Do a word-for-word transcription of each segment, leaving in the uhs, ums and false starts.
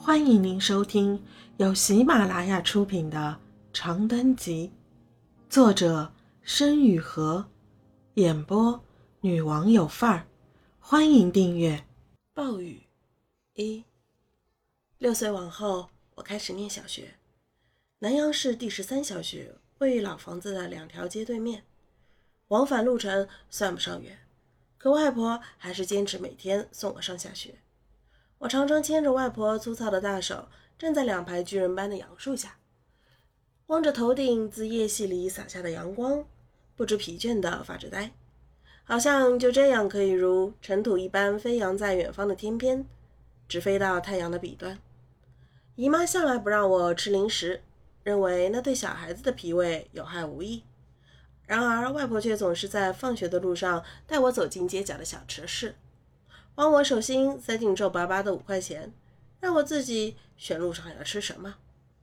欢迎您收听由喜马拉雅出品的《长灯集》，作者申雨禾，演播女王有范儿。欢迎订阅。暴雨一。六岁往后，我开始念小学。南阳市第十三小学位于老房子的两条街对面，往返路程算不上远，可外婆还是坚持每天送我上下学。我常常牵着外婆粗糙的大手，站在两排巨人般的杨树下，望着头顶自夜隙里洒下的阳光，不知疲倦地发着呆，好像就这样可以如尘土一般飞扬在远方的天边，直飞到太阳的彼端。姨妈向来不让我吃零食，认为那对小孩子的脾胃有害无益。然而外婆却总是在放学的路上带我走进街角的小吃市，往我手心塞进皱巴巴的五块钱，让我自己选路上要吃什么。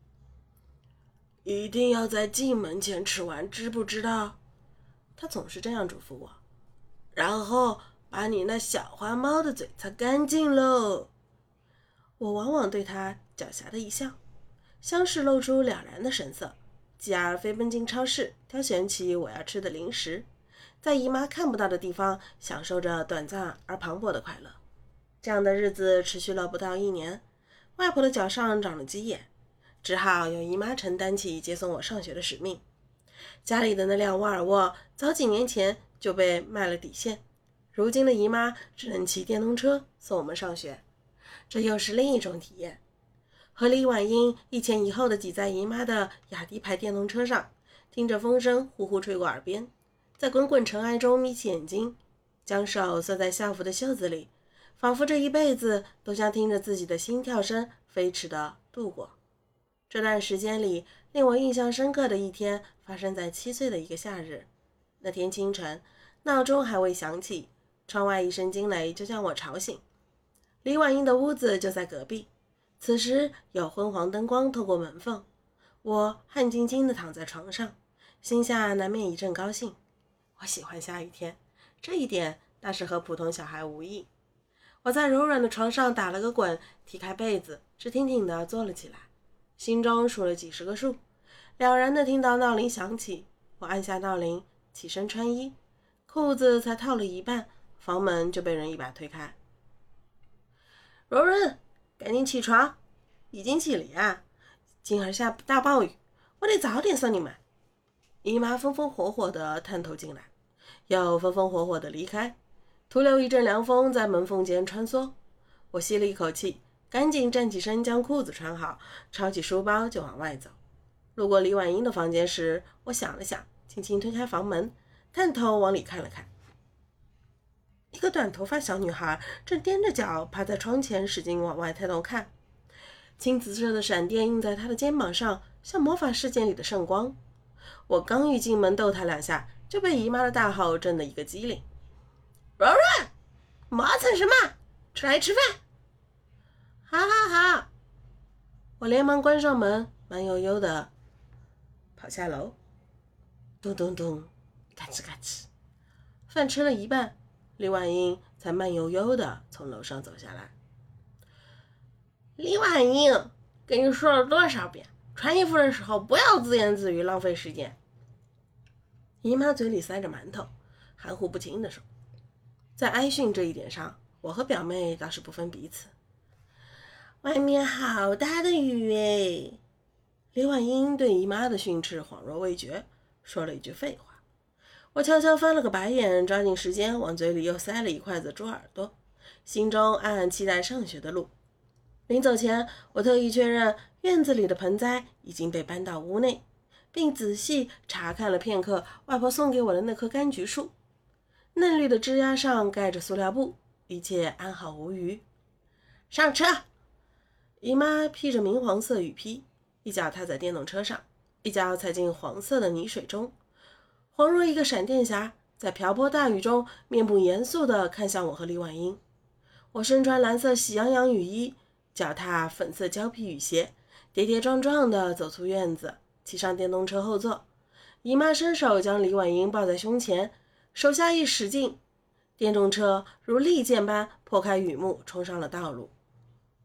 一定要在进门前吃完，知不知道？他总是这样嘱咐我。然后把你那小花猫的嘴擦干净喽。我往往对他狡黠的一笑，相视露出了然的神色，继而飞奔进超市，挑选起我要吃的零食，在姨妈看不到的地方享受着短暂而磅礴的快乐。这样的日子持续了不到一年，外婆的脚上长了鸡眼，只好由姨妈承担起接送我上学的使命。家里的那辆沃尔沃早几年前就被卖了底线，如今的姨妈只能骑电动车送我们上学，这又是另一种体验。和李婉英一前一后的挤在姨妈的雅迪牌电动车上，听着风声呼呼吹过耳边，在滚滚尘埃中眯起眼睛，将手缩在校服的袖子里，仿佛这一辈子都将听着自己的心跳声飞驰地度过。这段时间里，令我印象深刻的一天发生在七岁的一个夏日。那天清晨，闹钟还未响起，窗外一声惊雷就将我吵醒。李婉英的屋子就在隔壁，此时有昏黄灯光透过门缝，我汗津津地躺在床上，心下难免一阵高兴。我喜欢下雨天，这一点那是和普通小孩无异。我在柔软的床上打了个滚，踢开被子，直挺挺地坐了起来，心中数了几十个数，了然地听到闹铃响起。我按下闹铃，起身穿衣，裤子才套了一半，房门就被人一把推开。柔柔，赶紧起床，已经起了呀，今儿下大暴雨，我得早点送你们。姨妈风风火火地探头进来，又风风火火地离开，徒留一阵凉风在门缝间穿梭。我吸了一口气，赶紧站起身，将裤子穿好，抄起书包就往外走。路过李婉英的房间时，我想了想，轻轻推开房门，探头往里看了看。一个短头发小女孩正踮着脚趴在窗前，使劲往外抬头看。青紫色的闪电映在她的肩膀上，像魔法世界里的圣光。我刚欲进门逗她两下，就被姨妈的大吼震得一个机灵。柔柔，磨蹭什么？出来吃饭。好好好。我连忙关上门，慢悠悠地跑下楼。咚咚咚，嘎吱嘎吱。饭吃了一半，李婉英才慢悠悠地从楼上走下来。李婉英，跟你说了多少遍，穿衣服的时候不要自言自语，浪费时间。姨妈嘴里塞着馒头，含糊不清地说。在挨训这一点上，我和表妹倒是不分彼此。外面好大的雨诶。李婉英对姨妈的训斥恍若未觉，说了一句废话。我悄悄翻了个白眼，抓紧时间往嘴里又塞了一筷子猪耳朵，心中暗暗期待上学的路。临走前，我特意确认院子里的盆栽已经被搬到屋内，并仔细查看了片刻外婆送给我的那棵柑橘树。嫩绿的枝丫上盖着塑料布，一切安好无虞。上车！姨妈披着明黄色雨披，一脚踏在电动车上，一脚踩进黄色的泥水中，恍若一个闪电侠，在瓢泼大雨中面部严肃地看向我和李婉英。我身穿蓝色喜羊羊雨衣，脚踏粉色胶皮雨鞋，跌跌撞撞地走出院子，骑上电动车后座。姨妈伸手将李婉英抱在胸前，手下一使劲，电动车如利剑般破开雨幕，冲上了道路。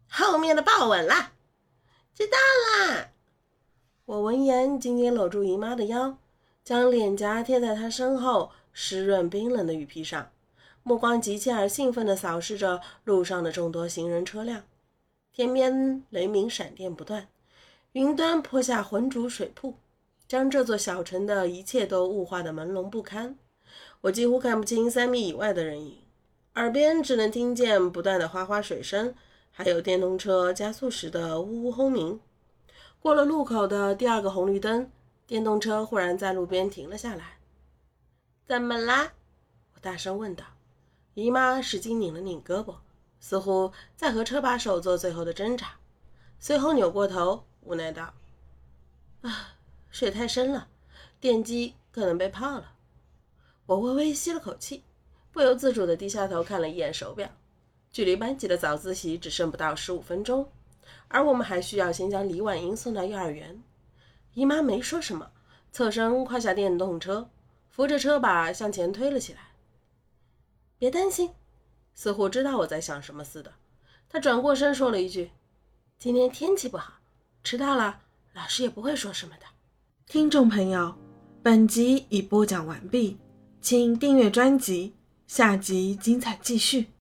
后面的抱稳啦。知道啦。我闻言紧紧搂住姨妈的腰，将脸颊贴在她身后湿润冰冷的雨披上，目光急切而兴奋地扫视着路上的众多行人车辆。天边雷鸣闪电不断，云端泼下浑浊水瀑，将这座小城的一切都雾化得朦胧不堪。我几乎看不清三米以外的人影，耳边只能听见不断的哗哗水声，还有电动车加速时的呜呜轰鸣。过了路口的第二个红绿灯，电动车忽然在路边停了下来。怎么啦？我大声问道。姨妈使劲拧了拧胳膊，似乎在和车把手做最后的挣扎，随后扭过头无奈道：啊，水太深了，电机可能被泡了。我微微吸了口气，不由自主地低下头看了一眼手表，距离班级的早自习只剩不到十五分钟，而我们还需要先将李婉英送到幼儿园。姨妈没说什么，侧身跨下电动车，扶着车把向前推了起来。别担心，似乎知道我在想什么似的，她转过身说了一句：今天天气不好，迟到了老师也不会说什么的。 听众朋友，本集已播讲完毕，请订阅专辑，下集精彩继续。